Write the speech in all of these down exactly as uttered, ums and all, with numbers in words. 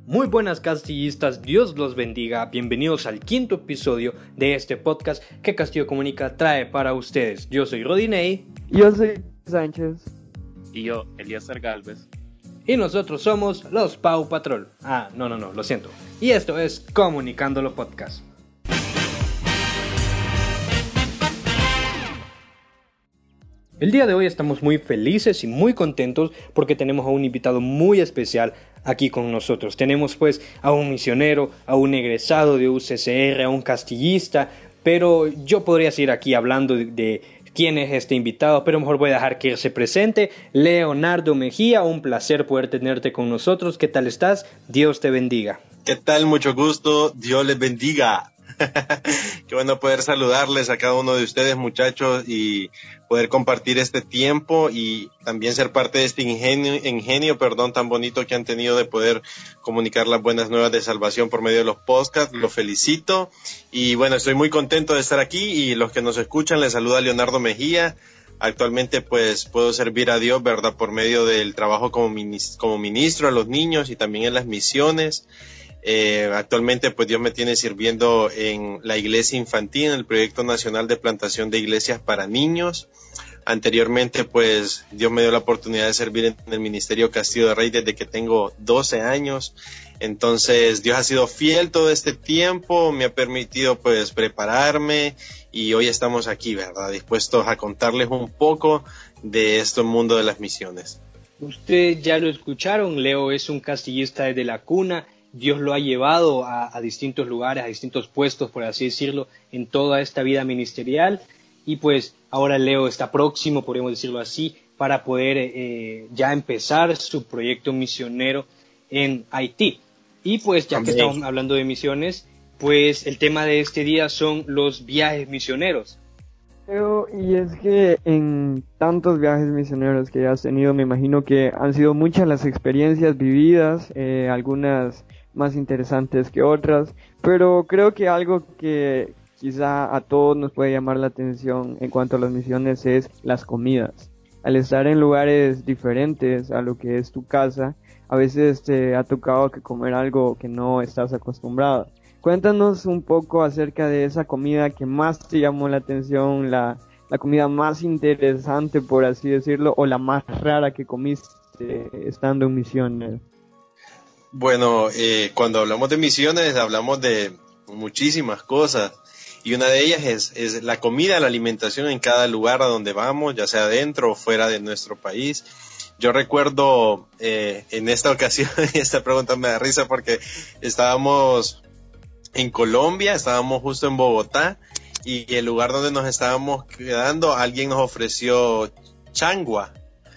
Muy buenas castillistas, Dios los bendiga, bienvenidos al quinto episodio de este podcast que Castillo Comunica trae para ustedes. Yo soy Rodinei. Yo soy Sánchez. Y yo, Eliezer Galvez. Y nosotros somos los Pau Patrol. Ah, no, no, no, lo siento. Y esto es Comunicándolo Podcast. El día de hoy estamos muy felices y muy contentos porque tenemos a un invitado muy especial aquí con nosotros. Tenemos pues a un misionero, a un egresado de U C C R, a un castillista, pero yo podría seguir aquí hablando de, de quién es este invitado, pero mejor voy a dejar que se presente. Leonardo Mejía, un placer poder tenerte con nosotros. ¿Qué tal estás? Dios te bendiga. ¿Qué tal? Mucho gusto. Dios les bendiga. Qué bueno poder saludarles a cada uno de ustedes, muchachos, y poder compartir este tiempo y también ser parte de este ingenio, ingenio perdón, tan bonito que han tenido de poder comunicar las buenas nuevas de salvación por medio de los podcasts. Los felicito y bueno, estoy muy contento de estar aquí, y los que nos escuchan, les saluda Leonardo Mejía. Actualmente pues puedo servir a Dios, ¿verdad?, por medio del trabajo como ministro, como ministro a los niños y también en las misiones. Eh, actualmente pues Dios me tiene sirviendo en la iglesia infantil, en el proyecto nacional de plantación de iglesias para niños. Anteriormente pues Dios me dio la oportunidad de servir en el ministerio Castillo de Rey desde que tengo doce años. Entonces Dios ha sido fiel todo este tiempo, me ha permitido pues prepararme, y hoy estamos aquí, ¿verdad?, dispuestos a contarles un poco de este mundo de las misiones. Ustedes ya lo escucharon, Leo es un castillista desde la cuna. Dios lo ha llevado a, a distintos lugares, a distintos puestos, por así decirlo, en toda esta vida ministerial. Y pues ahora Leo está próximo, podríamos decirlo así, para poder eh, ya empezar su proyecto misionero en Haití. Y pues ya que estamos hablando de misiones, pues el tema de este día son los viajes misioneros. Pero, y es que en tantos viajes misioneros que has tenido, me imagino que han sido muchas las experiencias vividas, eh, algunas más interesantes que otras, pero creo que algo que quizá a todos nos puede llamar la atención en cuanto a las misiones es las comidas. Al estar en lugares diferentes a lo que es tu casa, a veces te ha tocado que comer algo que no estás acostumbrado. Cuéntanos un poco acerca de esa comida que más te llamó la atención, la, la comida más interesante, por así decirlo, o la más rara que comiste estando en misiones. Bueno, eh, cuando hablamos de misiones hablamos de muchísimas cosas, y una de ellas es, es la comida, la alimentación en cada lugar a donde vamos, ya sea dentro o fuera de nuestro país. Yo recuerdo eh, en esta ocasión, esta pregunta me da risa porque estábamos en Colombia, estábamos justo en Bogotá, y el lugar donde nos estábamos quedando, alguien nos ofreció changua.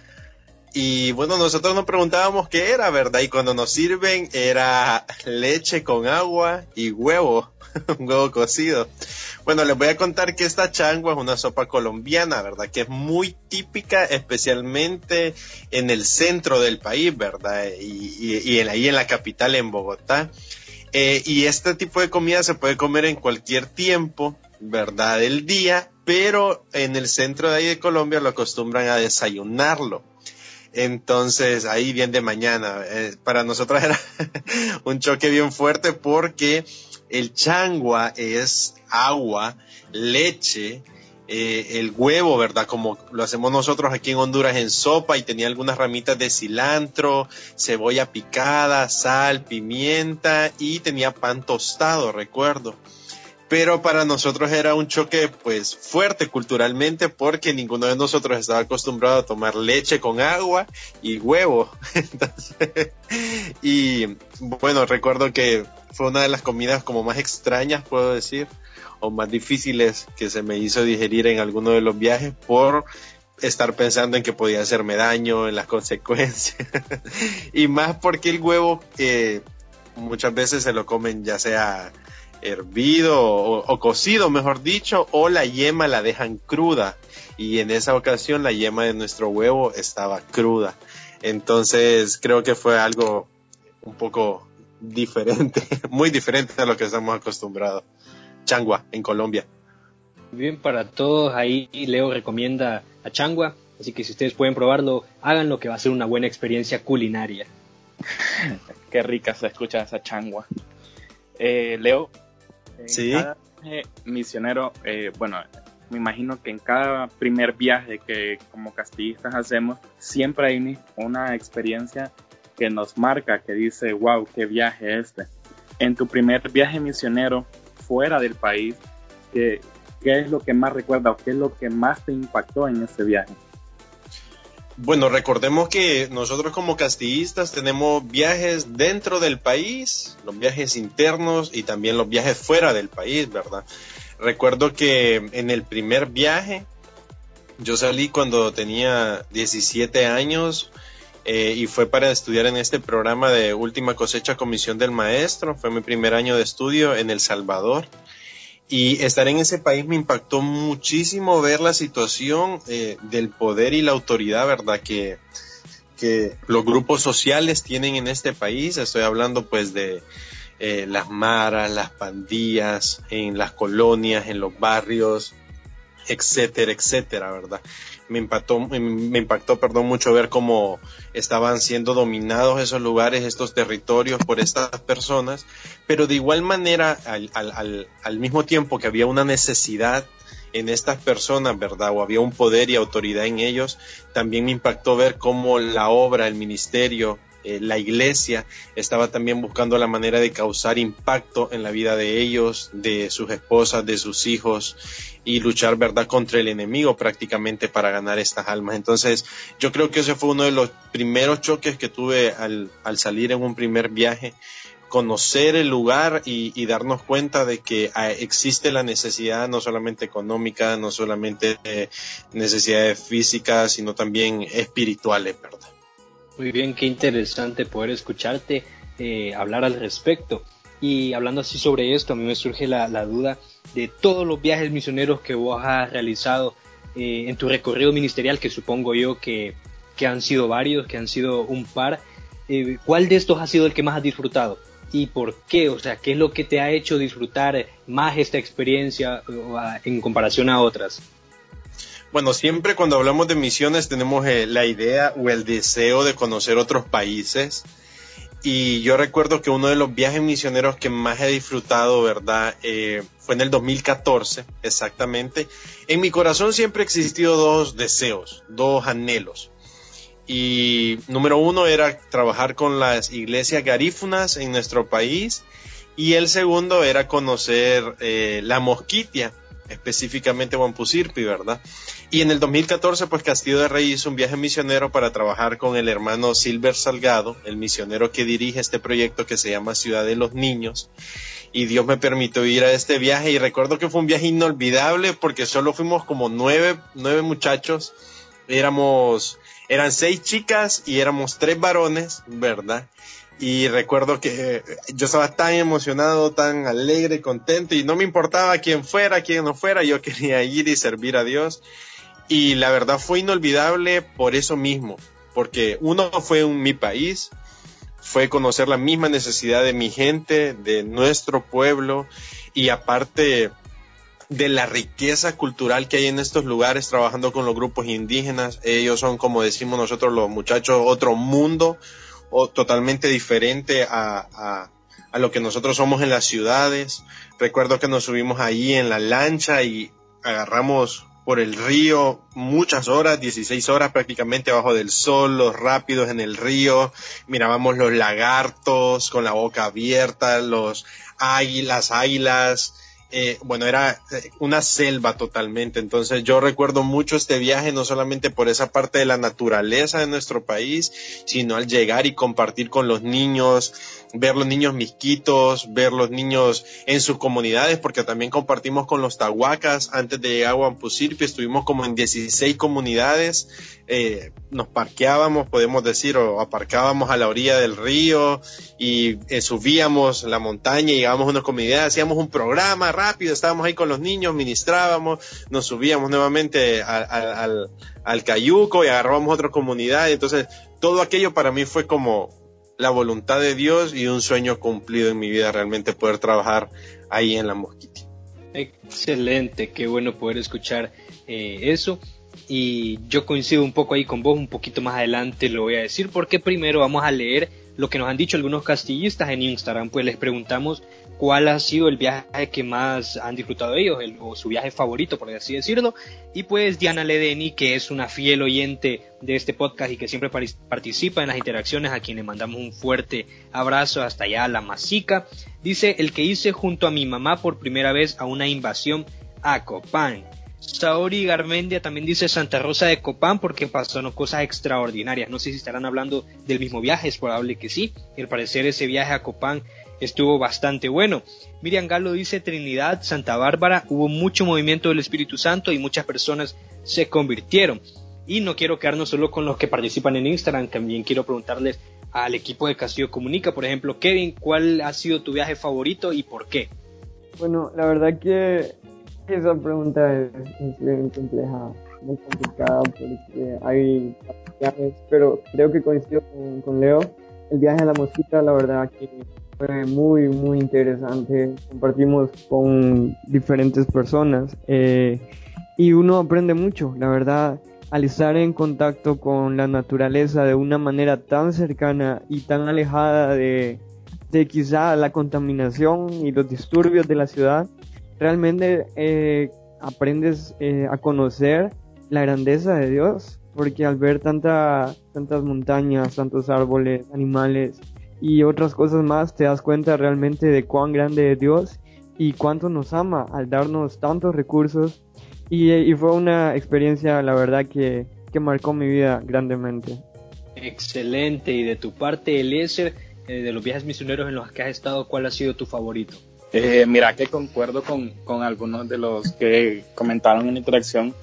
Y bueno, nosotros nos preguntábamos qué era, ¿verdad? Y cuando nos sirven era leche con agua y huevo, un huevo cocido. Bueno, les voy a contar que esta changua es una sopa colombiana, ¿verdad?, que es muy típica, especialmente en el centro del país, ¿verdad? Y, y, y en, ahí en la capital, en Bogotá. Eh, y este tipo de comida se puede comer en cualquier tiempo, ¿verdad?, del día, pero en el centro de ahí de Colombia lo acostumbran a desayunarlo. Entonces, ahí bien de mañana, eh, para nosotros era un choque bien fuerte porque el changua es agua, leche, eh, el huevo, ¿verdad?, como lo hacemos nosotros aquí en Honduras en sopa, y tenía algunas ramitas de cilantro, cebolla picada, sal, pimienta, y tenía pan tostado, recuerdo. Pero para nosotros era un choque pues fuerte culturalmente, porque ninguno de nosotros estaba acostumbrado a tomar leche con agua y huevo. Entonces, y bueno, recuerdo que fue una de las comidas como más extrañas, puedo decir, o más difíciles que se me hizo digerir en alguno de los viajes, por estar pensando en que podía hacerme daño, en las consecuencias. Y más porque el huevo eh, muchas veces se lo comen ya sea hervido o, o cocido, mejor dicho, o la yema la dejan cruda, y en esa ocasión la yema de nuestro huevo estaba cruda. Entonces creo que fue algo un poco diferente, muy diferente a lo que estamos acostumbrados. Changua en Colombia. Bien, para todos ahí Leo recomienda a changua, así que si ustedes pueden probarlo, háganlo, que va a ser una buena experiencia culinaria. Qué rica se escucha esa changua. Eh, Leo, en sí. cada viaje misionero, eh, bueno, me imagino que en cada primer viaje que como castillistas hacemos, siempre hay una, una experiencia que nos marca, que dice, wow, qué viaje este. En tu primer viaje misionero fuera del país, ¿qué, qué es lo que más recuerdas o qué es lo que más te impactó en ese viaje? Bueno, recordemos que nosotros como castillistas tenemos viajes dentro del país, los viajes internos y también los viajes fuera del país, ¿verdad? Recuerdo que en el primer viaje, yo salí cuando tenía diecisiete años eh, y fue para estudiar en este programa de Última Cosecha Comisión del Maestro. Fue mi primer año de estudio en El Salvador. Y estar en ese país me impactó muchísimo ver la situación eh, del poder y la autoridad, ¿verdad? Que, que los grupos sociales tienen en este país. Estoy hablando pues de eh, las maras, las pandillas, en las colonias, en los barrios, etcétera, etcétera, ¿verdad? Me impactó, me impactó, perdón, mucho ver cómo estaban siendo dominados esos lugares, estos territorios por estas personas, pero de igual manera, al, al, al mismo tiempo que había una necesidad en estas personas, ¿verdad? O había un poder y autoridad en ellos, también me impactó ver cómo la obra, el ministerio, eh, la iglesia estaba también buscando la manera de causar impacto en la vida de ellos, de sus esposas, de sus hijos, y luchar, ¿verdad?, contra el enemigo prácticamente para ganar estas almas. Entonces, yo creo que ese fue uno de los primeros choques que tuve al, al salir en un primer viaje, conocer el lugar y, y darnos cuenta de que ah, existe la necesidad no solamente económica, no solamente eh, necesidades físicas, sino también espirituales, ¿verdad? Muy bien, qué interesante poder escucharte eh, hablar al respecto. Y hablando así sobre esto, a mí me surge la, la duda de todos los viajes misioneros que vos has realizado eh, en tu recorrido ministerial, que supongo yo que, que han sido varios, que han sido un par. Eh, ¿Cuál de estos ha sido el que más has disfrutado? ¿Y por qué? O sea, ¿qué es lo que te ha hecho disfrutar más esta experiencia en comparación a otras? Bueno, siempre cuando hablamos de misiones tenemos eh, la idea o el deseo de conocer otros países. Y yo recuerdo que uno de los viajes misioneros que más he disfrutado, ¿verdad? Eh, fue en el dos mil catorce, exactamente. En mi corazón siempre han existido dos deseos, dos anhelos. Y número uno era trabajar con las iglesias garífunas en nuestro país. Y el segundo era conocer eh, la Mosquitia, específicamente Huampusirpi, ¿verdad? Y en el dos mil catorce, pues Castillo de Rey hizo un viaje misionero para trabajar con el hermano Silver Salgado, el misionero que dirige este proyecto que se llama Ciudad de los Niños. Y Dios me permitió ir a este viaje y recuerdo que fue un viaje inolvidable porque solo fuimos como nueve, nueve muchachos. Éramos, eran seis chicas y éramos tres varones, ¿verdad? Y recuerdo que yo estaba tan emocionado, tan alegre, contento, y no me importaba quién fuera, quién no fuera, yo quería ir y servir a Dios. Y la verdad fue inolvidable por eso mismo, porque uno fue en mi país, fue conocer la misma necesidad de mi gente, de nuestro pueblo, y aparte de la riqueza cultural que hay en estos lugares trabajando con los grupos indígenas. Ellos son, como decimos nosotros los muchachos, otro mundo, o totalmente diferente a, a, a lo que nosotros somos en las ciudades. Recuerdo que nos subimos ahí en la lancha y agarramos por el río muchas horas, dieciséis horas prácticamente bajo del sol, los rápidos en el río, mirábamos los lagartos con la boca abierta, los águilas, águilas, eh, bueno, era una selva totalmente. Entonces yo recuerdo mucho este viaje, no solamente por esa parte de la naturaleza de nuestro país, sino al llegar y compartir con los niños, ver los niños misquitos, ver los niños en sus comunidades, porque también compartimos con los tahuacas. Antes de llegar a Huampusirpi estuvimos como en dieciséis comunidades, eh, nos parqueábamos, podemos decir, o aparcábamos a la orilla del río y eh, subíamos la montaña, llegábamos a una comunidad, hacíamos un programa rápido, estábamos ahí con los niños, ministrábamos, nos subíamos nuevamente al, al, al cayuco y agarrábamos otra comunidad. Entonces todo aquello para mí fue como la voluntad de Dios y un sueño cumplido en mi vida, realmente poder trabajar ahí en la Mosquitia. Excelente, qué bueno poder escuchar eh, eso. Y yo coincido un poco ahí con vos, un poquito más adelante lo voy a decir, porque primero vamos a leer lo que nos han dicho algunos castillistas en Instagram. Pues les preguntamos cuál ha sido el viaje que más han disfrutado ellos, el, o su viaje favorito, por así decirlo. Y pues Diana Ledeni, que es una fiel oyente de este podcast y que siempre participa en las interacciones, a quien le mandamos un fuerte abrazo hasta allá a la Masica, dice: el que hice junto a mi mamá por primera vez a una invasión a Copán. Saori Garmendia también dice Santa Rosa de Copán porque pasaron cosas extraordinarias. No sé si estarán hablando del mismo viaje, es probable que sí. Al parecer ese viaje a Copán estuvo bastante bueno. Miriam Galo dice Trinidad, Santa Bárbara, hubo mucho movimiento del Espíritu Santo y muchas personas se convirtieron. Y no quiero quedarnos solo con los que participan en Instagram, también quiero preguntarles al equipo de Castillo Comunica, por ejemplo. Kevin, ¿cuál ha sido tu viaje favorito y por qué? Bueno, la verdad que esa pregunta es, es bien compleja, muy complicada, porque hay viajes, pero creo que coincido con, con Leo. El viaje a la Mosquita, la verdad que fue muy, muy interesante. Compartimos con diferentes personas eh, y uno aprende mucho, la verdad, al estar en contacto con la naturaleza de una manera tan cercana y tan alejada de, de quizá la contaminación y los disturbios de la ciudad. Realmente eh, aprendes eh, a conocer la grandeza de Dios, porque al ver tanta, tantas montañas, tantos árboles, animales y otras cosas más, te das cuenta realmente de cuán grande es Dios y cuánto nos ama al darnos tantos recursos. Y, y fue una experiencia, la verdad, que, que marcó mi vida grandemente. Excelente. Y de tu parte, Eliezer, eh, de los viajes misioneros en los que has estado, ¿cuál ha sido tu favorito? Eh, mira que concuerdo con, con algunos de los que comentaron en la interacción,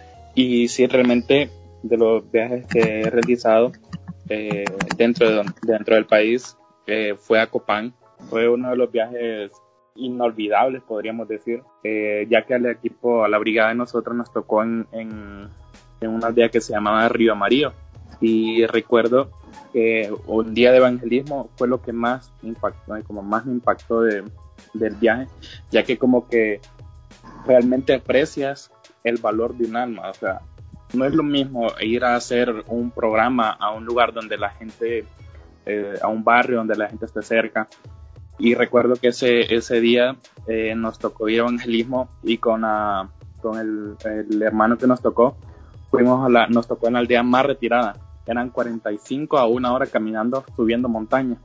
y sí, realmente de los viajes que he realizado eh, dentro, de, dentro del país eh, fue a Copán. Fue uno de los viajes inolvidables, podríamos decir, eh, ya que al equipo, a la brigada de nosotros nos tocó en, en, en una aldea que se llamaba Río Amarillo, y recuerdo que un día de evangelismo fue lo que más impactó, como más me impactó de del viaje, ya que como que realmente aprecias el valor de un alma. O sea, no es lo mismo ir a hacer un programa a un lugar donde la gente, eh, a un barrio donde la gente esté cerca. Y recuerdo que ese, ese día eh, nos tocó ir a evangelismo, y con, a, con el, el hermano que nos tocó, fuimos a la, nos tocó en la aldea más retirada. Eran cuarenta y cinco a una hora caminando, subiendo montaña.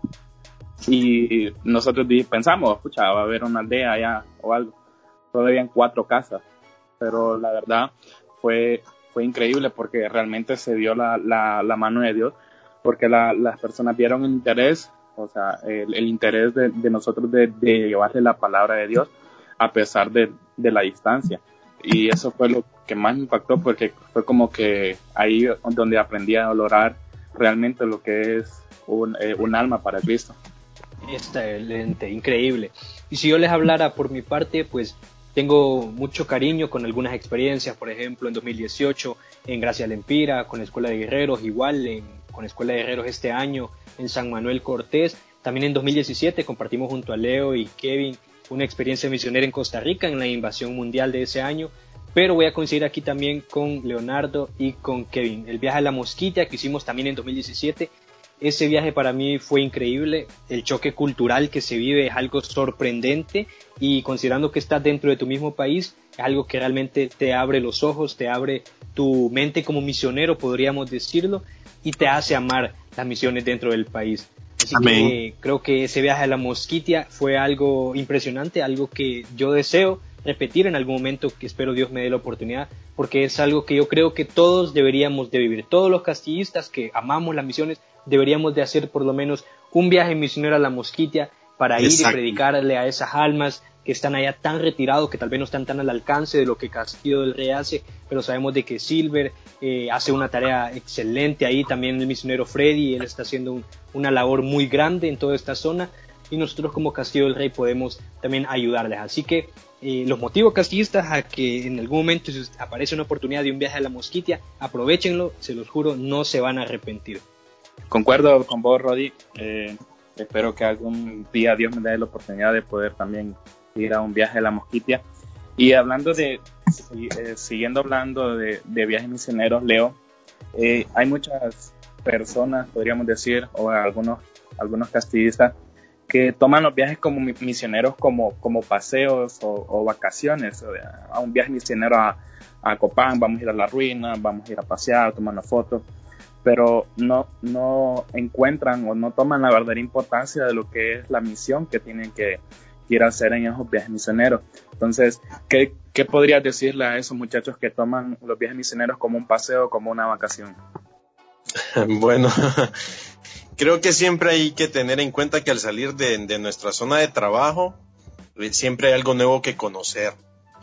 Y nosotros pensamos, escucha, va a haber una aldea allá o algo. Solo habían cuatro casas, pero la verdad fue, fue increíble, porque realmente se vio la, la, la mano de Dios, porque la, las personas vieron el interés, o sea, el, el interés de, de nosotros de, de llevarle la palabra de Dios a pesar de, de la distancia. Y eso fue lo que más me impactó, porque fue como que ahí donde aprendí a valorar realmente lo que es un, eh, un alma para Cristo. Excelente, increíble. Y si yo les hablara por mi parte, pues tengo mucho cariño con algunas experiencias. Por ejemplo, en dos mil dieciocho en Gracia Lempira, con la Escuela de Guerreros, igual en, con la Escuela de Guerreros este año en San Manuel Cortés. También en dos mil diecisiete compartimos junto a Leo y Kevin una experiencia misionera en Costa Rica en la invasión mundial de ese año. Pero voy a coincidir aquí también con Leonardo y con Kevin. El viaje a la Mosquita que hicimos también en dos mil diecisiete, ese viaje para mí fue increíble. El choque cultural que se vive es algo sorprendente, y considerando que estás dentro de tu mismo país, es algo que realmente te abre los ojos, te abre tu mente como misionero, podríamos decirlo, y te hace amar las misiones dentro del país. Así Amén. que creo que ese viaje a la Mosquitia fue algo impresionante, algo que yo deseo repetir en algún momento, que espero Dios me dé la oportunidad, porque es algo que yo creo que todos deberíamos de vivir. Todos los castillistas que amamos las misiones deberíamos de hacer por lo menos un viaje misionero a la Mosquitia para Exacto. ir y predicarle a esas almas que están allá tan retirados, que tal vez no están tan al alcance de lo que Castillo del Rey hace, pero sabemos de que Silver eh, hace una tarea excelente ahí, también el misionero Freddy, él está haciendo un, una labor muy grande en toda esta zona, y nosotros como Castillo del Rey podemos también ayudarles. Así que eh, los motivos castillistas a que en algún momento si aparece una oportunidad de un viaje a la Mosquitia, aprovechenlo, se los juro, no se van a arrepentir. Concuerdo con vos, Rodi. Eh, espero que algún día Dios me dé la oportunidad de poder también ir a un viaje a la Mosquitia. Y hablando de, eh, siguiendo hablando de, de viajes misioneros, Leo, eh, hay muchas personas, podríamos decir, o algunos algunos castillistas que toman los viajes como misioneros, como, como paseos o, o vacaciones. O sea, a un viaje misionero a, a Copán, vamos a ir a la ruina, vamos a ir a pasear, tomar una foto, pero no, no encuentran o no toman la verdadera importancia de lo que es la misión que tienen que ir a hacer en esos viajes misioneros. Entonces, ¿qué, qué podrías decirle a esos muchachos que toman los viajes misioneros como un paseo, como una vacación? Bueno, creo que siempre hay que tener en cuenta que al salir de, de nuestra zona de trabajo, siempre hay algo nuevo que conocer.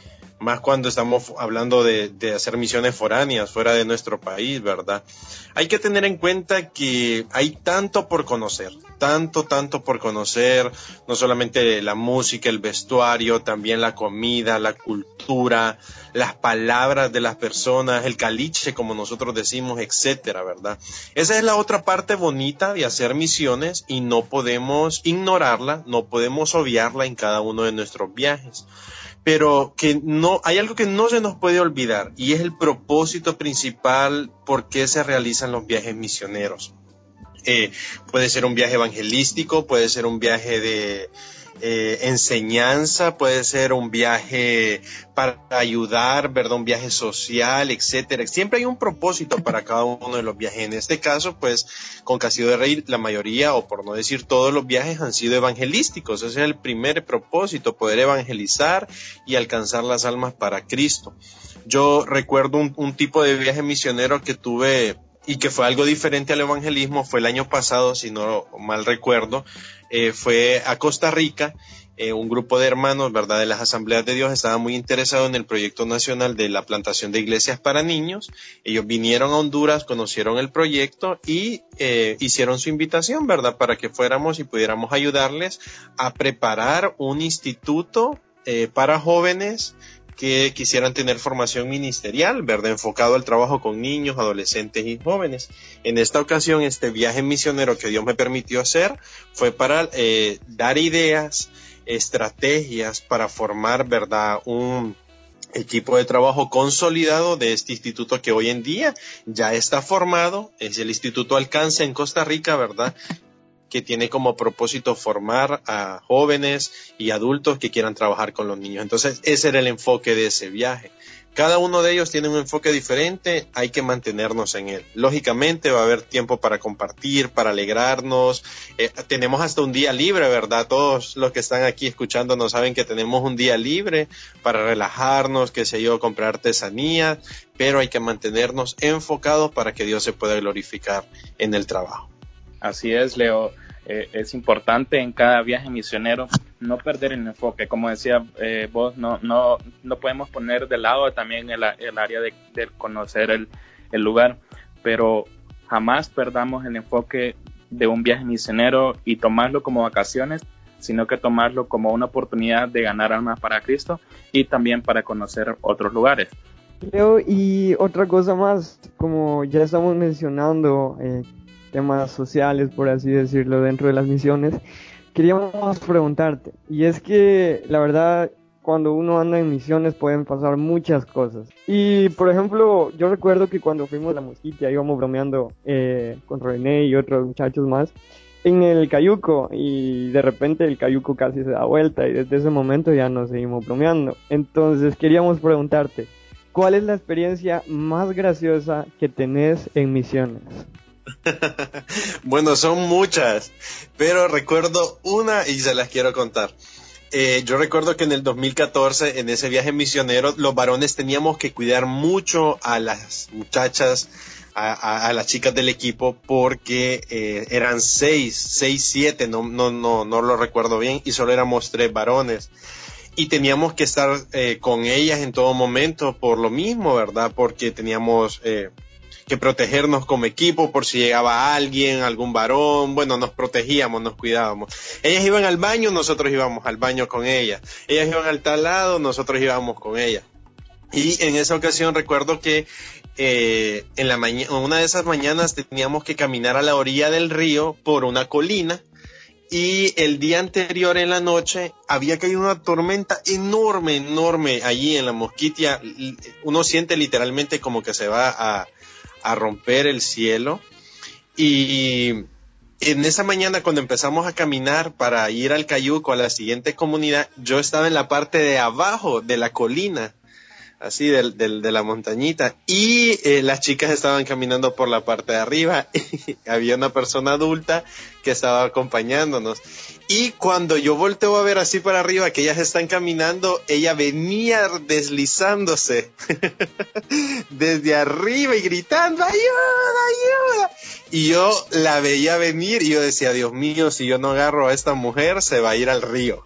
Más cuando estamos hablando de, de hacer misiones foráneas fuera de nuestro país, ¿verdad? Hay que tener en cuenta que hay tanto por conocer, tanto, tanto por conocer, no solamente la música, el vestuario, también la comida, la cultura, las palabras de las personas, el caliche, como nosotros decimos, etcétera, ¿verdad? Esa es la otra parte bonita de hacer misiones y no podemos ignorarla, no podemos obviarla en cada uno de nuestros viajes. Pero que no, hay algo que no se nos puede olvidar y es el propósito principal por qué se realizan los viajes misioneros. Eh, puede ser un viaje evangelístico, puede ser un viaje de eh, enseñanza, puede ser un viaje para ayudar, ¿verdad? Un viaje social, etcétera. Siempre hay un propósito para cada uno de los viajes. En este caso, pues, con Castillo de Rey, la mayoría, o por no decir todos los viajes han sido evangelísticos. Ese es el primer propósito, poder evangelizar y alcanzar las almas para Cristo. Yo recuerdo un, un tipo de viaje misionero que tuve y que fue algo diferente al evangelismo, fue el año pasado, si no mal recuerdo, eh, fue a Costa Rica. Eh, un grupo de hermanos, ¿verdad?, de las Asambleas de Dios estaba muy interesado en el proyecto nacional de la plantación de iglesias para niños. Ellos vinieron a Honduras, conocieron el proyecto y eh, hicieron su invitación, ¿verdad?, para que fuéramos y pudiéramos ayudarles a preparar un instituto eh, para jóvenes que quisieran tener formación ministerial, ¿verdad?, enfocado al trabajo con niños, adolescentes y jóvenes. En esta ocasión, este viaje misionero que Dios me permitió hacer fue para eh, dar ideas, estrategias para formar, ¿verdad?, un equipo de trabajo consolidado de este instituto que hoy en día ya está formado. Es el Instituto Alcance en Costa Rica, ¿verdad?, que tiene como propósito formar a jóvenes y adultos que quieran trabajar con los niños. Entonces, ese era el enfoque de ese viaje. Cada uno de ellos tiene un enfoque diferente, hay que mantenernos en él. Lógicamente va a haber tiempo para compartir, para alegrarnos. Eh, tenemos hasta un día libre, ¿verdad? Todos los que están aquí escuchándonos saben que tenemos un día libre para relajarnos, qué sé yo, comprar artesanía, pero hay que mantenernos enfocados para que Dios se pueda glorificar en el trabajo. Así es, Leo. Eh, es importante en cada viaje misionero no perder el enfoque. Como decía eh, vos, no, no, no podemos poner de lado también el, el área de, de conocer el, el lugar, pero jamás perdamos el enfoque de un viaje misionero y tomarlo como vacaciones, sino que tomarlo como una oportunidad de ganar almas para Cristo y también para conocer otros lugares. Leo, y otra cosa más, como ya estamos mencionando eh, temas sociales, por así decirlo, dentro de las misiones, queríamos preguntarte, y es que la verdad, cuando uno anda en misiones pueden pasar muchas cosas, y por ejemplo, yo recuerdo que cuando fuimos a la Mosquitia íbamos bromeando eh, con René y otros muchachos más en el cayuco, y de repente el cayuco casi se da vuelta, y desde ese momento ya nos seguimos bromeando. Entonces queríamos preguntarte, ¿cuál es la experiencia más graciosa que tenés en misiones? Bueno, son muchas, pero recuerdo una y se las quiero contar. Eh, yo recuerdo que en el dos mil catorce, en ese viaje misionero, los varones teníamos que cuidar mucho a las muchachas, a, a, a las chicas del equipo, porque eh, eran seis, seis, siete, no, no, no, no lo recuerdo bien, y solo éramos tres varones. Y teníamos que estar eh, con ellas en todo momento por lo mismo, ¿verdad? Porque teníamos eh, que protegernos como equipo por si llegaba alguien, algún varón. Bueno, nos protegíamos, nos cuidábamos. Ellas iban al baño, nosotros íbamos al baño con ellas. Ellas iban al tal lado, nosotros íbamos con ellas. Y en esa ocasión recuerdo que eh, en la mañana, una de esas mañanas teníamos que caminar a la orilla del río por una colina. Y el día anterior en la noche había caído una tormenta enorme, enorme allí en la Mosquitia. Uno siente literalmente como que se va a, a romper el cielo. Y en esa mañana cuando empezamos a caminar para ir al Cayuco, a la siguiente comunidad, yo estaba en la parte de abajo de la colina, así de, de, de la montañita, y eh, las chicas estaban caminando por la parte de arriba, y había una persona adulta que estaba acompañándonos, y cuando yo volteo a ver así para arriba que ellas están caminando, ella venía deslizándose desde arriba y gritando ¡ayuda, ayuda! Y yo la veía venir y yo decía, Dios mío, si yo no agarro a esta mujer se va a ir al río.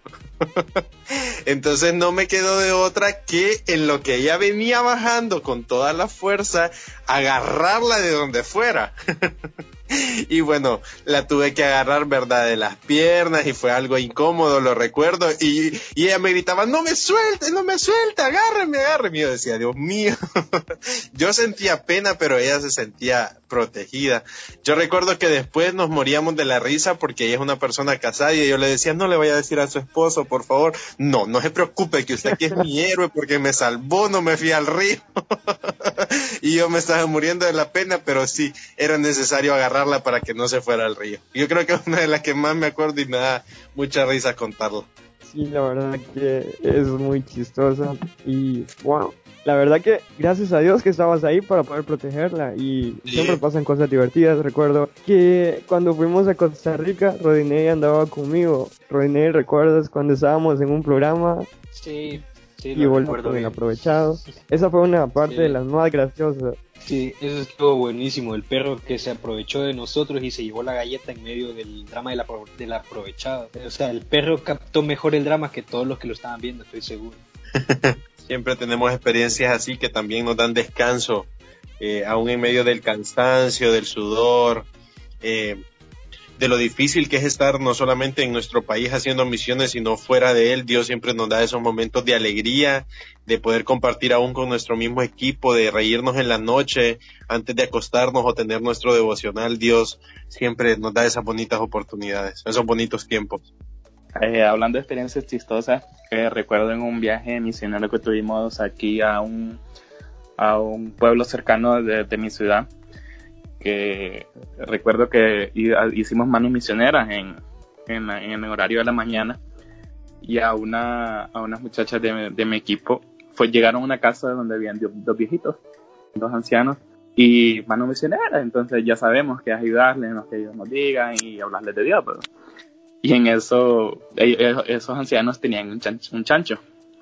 Entonces no me quedó de otra que en lo que ella venía bajando con toda la fuerza, agarrarla de donde fuera. Y bueno, la tuve que agarrar, ¿verdad?, de las piernas y fue algo incómodo, lo recuerdo. Y, y ella me gritaba, no me suelte, no me suelte, agárreme, agárreme. Y yo decía, Dios mío. Yo sentía pena, pero ella se sentía protegida. Yo recuerdo que después nos moríamos de la risa porque ella es una persona casada y yo le decía, no le vaya a decir a su esposo, por favor. No, no se preocupe, que usted aquí es mi héroe porque me salvó, no me fui al río. Y yo me estaba muriendo de la pena, pero sí, era necesario agarrarla para que no se fuera al río. Yo creo que es una de las que más me acuerdo y me da mucha risa contarlo. Sí, la verdad que es muy chistosa y wow, la verdad que gracias a Dios que estabas ahí para poder protegerla y sí. Siempre pasan cosas divertidas. Recuerdo que cuando fuimos a Costa Rica, Rodinei andaba conmigo. Rodinei, ¿recuerdas cuando estábamos en un programa? Sí, sí, y volvimos con el aprovechado. Esa fue una parte sí. de las más graciosas. Sí, eso estuvo buenísimo, el perro que se aprovechó de nosotros y se llevó la galleta en medio del drama del, apro- del aprovechado. O sea, el perro captó mejor el drama que todos los que lo estaban viendo, estoy seguro. Siempre tenemos experiencias así que también nos dan descanso, eh, aún en medio del cansancio, del sudor, eh, de lo difícil que es estar no solamente en nuestro país haciendo misiones, sino fuera de él. Dios siempre nos da esos momentos de alegría, de poder compartir aún con nuestro mismo equipo, de reírnos en la noche antes de acostarnos o tener nuestro devocional. Dios siempre nos da esas bonitas oportunidades, esos bonitos tiempos. Eh, hablando de experiencias chistosas, eh, recuerdo en un viaje misionero que tuvimos aquí a un, a un pueblo cercano de, de mi ciudad, que recuerdo que hicimos manos misioneras en, en, en el horario de la mañana y a una a unas muchachas de, de mi equipo fue, llegaron a una casa donde habían dos viejitos, dos ancianos y manos misioneras, entonces ya sabemos que ayudarles en lo que ellos nos digan y hablarles de Dios, pero y en eso ellos, esos ancianos tenían un chancho, un chancho.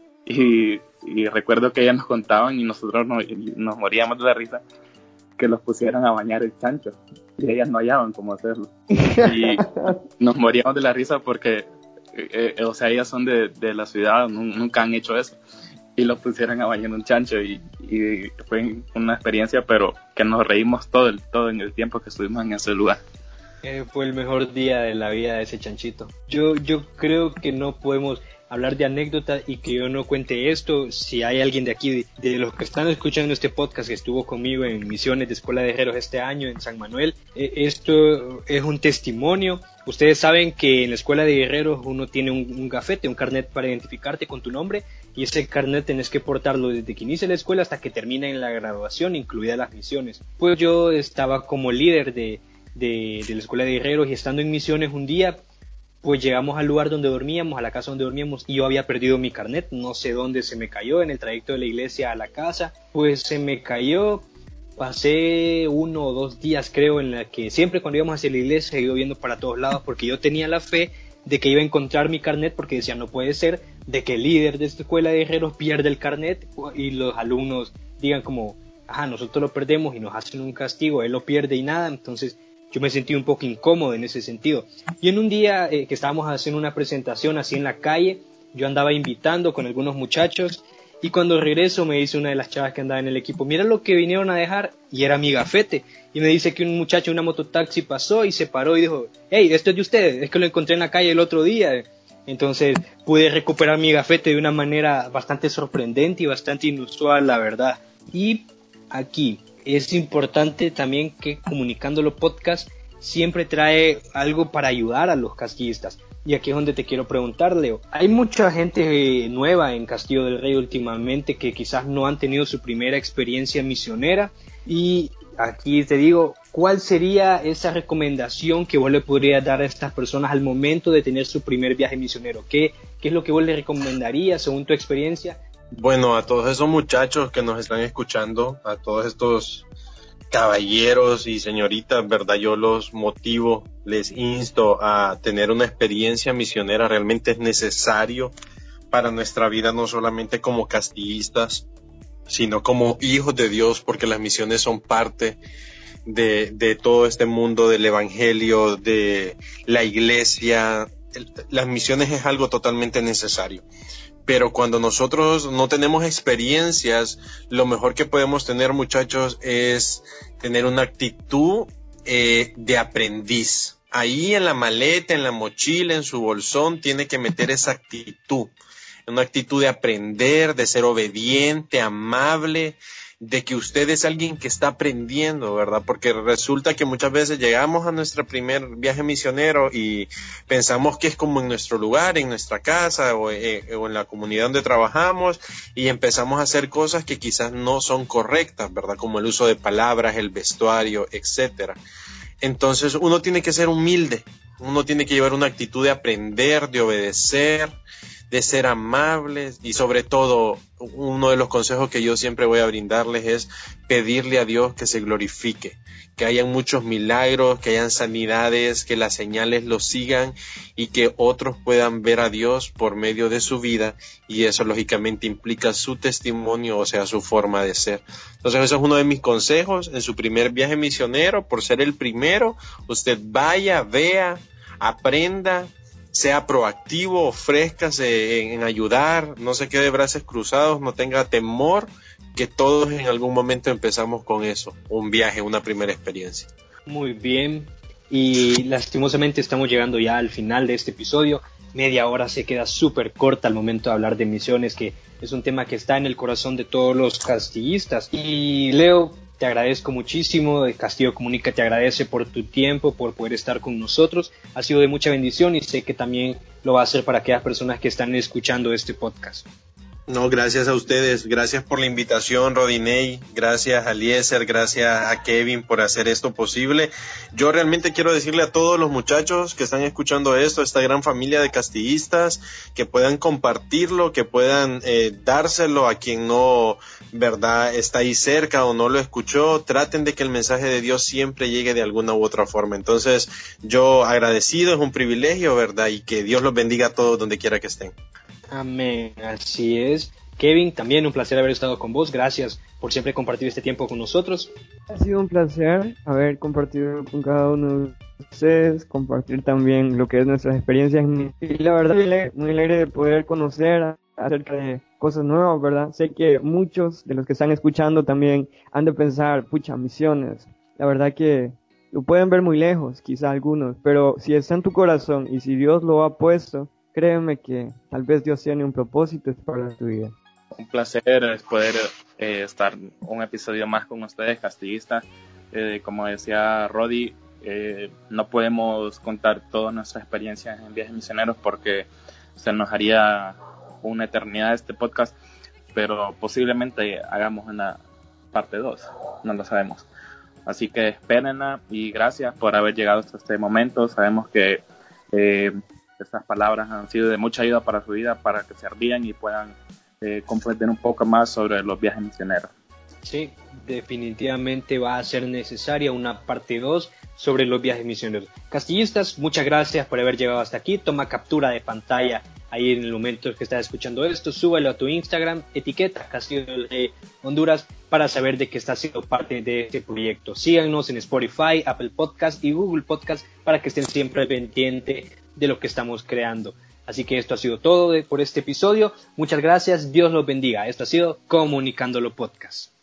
Y, y recuerdo que ellas nos contaban y nosotros nos, nos moríamos de la risa que los pusieran a bañar el chancho y ellas no hallaban cómo hacerlo y nos moríamos de la risa porque eh, eh, o sea, ellas son de, de la ciudad, nunca han hecho eso y los pusieron a bañar un chancho y, y fue una experiencia pero que nos reímos todo el, todo en el tiempo que estuvimos en ese lugar. Eh, fue el mejor día de la vida de ese chanchito. Yo, yo creo que no podemos hablar de anécdotas y que yo no cuente esto. Si hay alguien de aquí, de, de los que están escuchando este podcast, que estuvo conmigo en misiones de Escuela de Guerreros este año en San Manuel, eh, esto es un testimonio. Ustedes saben que en la Escuela de Guerreros uno tiene un, un gafete, un carnet para identificarte con tu nombre, y ese carnet tenés que portarlo desde que inicia la escuela hasta que termina en la graduación, incluidas las misiones. Pues yo estaba como líder de De, de la Escuela de Guerreros y estando en misiones un día, pues llegamos al lugar donde dormíamos, a la casa donde dormíamos y yo había perdido mi carnet, no sé dónde se me cayó en el trayecto de la iglesia a la casa, pues se me cayó. Pasé uno o dos días creo en la que siempre cuando íbamos hacia la iglesia iba viendo para todos lados porque yo tenía la fe de que iba a encontrar mi carnet, porque decía no puede ser de que el líder de esta Escuela de Guerreros pierde el carnet y los alumnos digan como ajá, nosotros lo perdemos y nos hacen un castigo, él lo pierde y nada. Entonces yo me sentí un poco incómodo en ese sentido. Y en un día eh, que estábamos haciendo una presentación así en la calle, yo andaba invitando con algunos muchachos y cuando regreso me dice una de las chavas que andaba en el equipo, mira lo que vinieron a dejar, y era mi gafete. Y me dice que un muchacho en una mototaxi pasó y se paró y dijo, hey, esto es de ustedes, es que lo encontré en la calle el otro día. Entonces pude recuperar mi gafete de una manera bastante sorprendente y bastante inusual, la verdad. Y aquí es importante también que Comunicándolo Podcast siempre trae algo para ayudar a los castillistas. Y aquí es donde te quiero preguntar, Leo. Hay mucha gente eh, nueva en Castillo del Rey últimamente que quizás no han tenido su primera experiencia misionera. Y aquí te digo, ¿cuál sería esa recomendación que vos le podrías dar a estas personas al momento de tener su primer viaje misionero? ¿Qué, qué es lo que vos le recomendarías según tu experiencia? Bueno, a todos esos muchachos que nos están escuchando, a todos estos caballeros y señoritas, ¿verdad? Yo los motivo, les insto a tener una experiencia misionera. Realmente es necesario para nuestra vida, no solamente como castillistas, sino como hijos de Dios, porque las misiones son parte de, de todo este mundo del evangelio, de la iglesia. Las misiones es algo totalmente necesario. Pero cuando nosotros no tenemos experiencias, lo mejor que podemos tener, muchachos, es tener una actitud eh, de aprendiz. Ahí en la maleta, en la mochila, en su bolsón, tiene que meter esa actitud. Una actitud de aprender, de ser obediente, amable, de que usted es alguien que está aprendiendo, ¿verdad? Porque resulta que muchas veces llegamos a nuestro primer viaje misionero y pensamos que es como en nuestro lugar, en nuestra casa o, eh, o en la comunidad donde trabajamos, y empezamos a hacer cosas que quizás no son correctas, ¿verdad? Como el uso de palabras, el vestuario, etcétera. Entonces uno tiene que ser humilde, uno tiene que llevar una actitud de aprender, de obedecer, de ser amables, y sobre todo uno de los consejos que yo siempre voy a brindarles es pedirle a Dios que se glorifique, que hayan muchos milagros, que hayan sanidades, que las señales los sigan y que otros puedan ver a Dios por medio de su vida, y eso lógicamente implica su testimonio, o sea, su forma de ser. Entonces eso es uno de mis consejos en su primer viaje misionero. Por ser el primero, usted vaya, vea, aprenda, sea proactivo, ofrézcase en, en ayudar, no se quede de brazos cruzados, no tenga temor, que todos en algún momento empezamos con eso, un viaje, una primera experiencia. Muy bien, y lastimosamente estamos llegando ya al final de este episodio. Media hora se queda súper corta al momento de hablar de misiones, que es un tema que está en el corazón de todos los castillistas. Y Leo, te agradezco muchísimo, Castillo Comunica te agradece por tu tiempo, por poder estar con nosotros. Ha sido de mucha bendición y sé que también lo va a hacer para aquellas personas que están escuchando este podcast. No, gracias a ustedes, gracias por la invitación, Rodinei, gracias a Eliezer, gracias a Kevin por hacer esto posible. Yo realmente quiero decirle a todos los muchachos que están escuchando esto, esta gran familia de castillistas, que puedan compartirlo, que puedan eh, dárselo a quien no, verdad, está ahí cerca o no lo escuchó. Traten de que el mensaje de Dios siempre llegue de alguna u otra forma. Entonces, yo agradecido, es un privilegio, verdad, y que Dios los bendiga a todos donde quiera que estén. Amén, así es. Kevin, también un placer haber estado con vos. Gracias por siempre compartir este tiempo con nosotros. Ha sido un placer haber compartido con cada uno de ustedes, compartir también lo que es nuestras experiencias. Y la verdad, muy alegre de poder conocer acerca de cosas nuevas, ¿verdad? Sé que muchos de los que están escuchando también han de pensar, pucha, misiones. La verdad que lo pueden ver muy lejos, quizá algunos, pero si está en tu corazón y si Dios lo ha puesto, créeme que tal vez Dios tiene un propósito para tu vida. Un placer poder eh, estar un episodio más con ustedes, castillistas. Eh, como decía Rodi, eh, no podemos contar todas nuestras experiencias en viajes misioneros porque se nos haría una eternidad este podcast, pero posiblemente hagamos una parte dos, no lo sabemos. Así que espérenla y gracias por haber llegado hasta este momento. Sabemos que eh, estas palabras han sido de mucha ayuda para su vida, para que se rían y puedan eh, comprender un poco más sobre los viajes misioneros. Sí, definitivamente va a ser necesaria una parte dos sobre los viajes misioneros. Castillistas, muchas gracias por haber llegado hasta aquí. Toma captura de pantalla ahí en el momento que estás escuchando esto, súbelo a tu Instagram, etiqueta Castillo del Rey Honduras para saber de que estás siendo parte de este proyecto. Síganos en Spotify, Apple Podcast y Google Podcast para que estén siempre pendientes de lo que estamos creando. Así que esto ha sido todo de, por este episodio. Muchas gracias, Dios los bendiga. Esto ha sido Comunicándolo Podcast.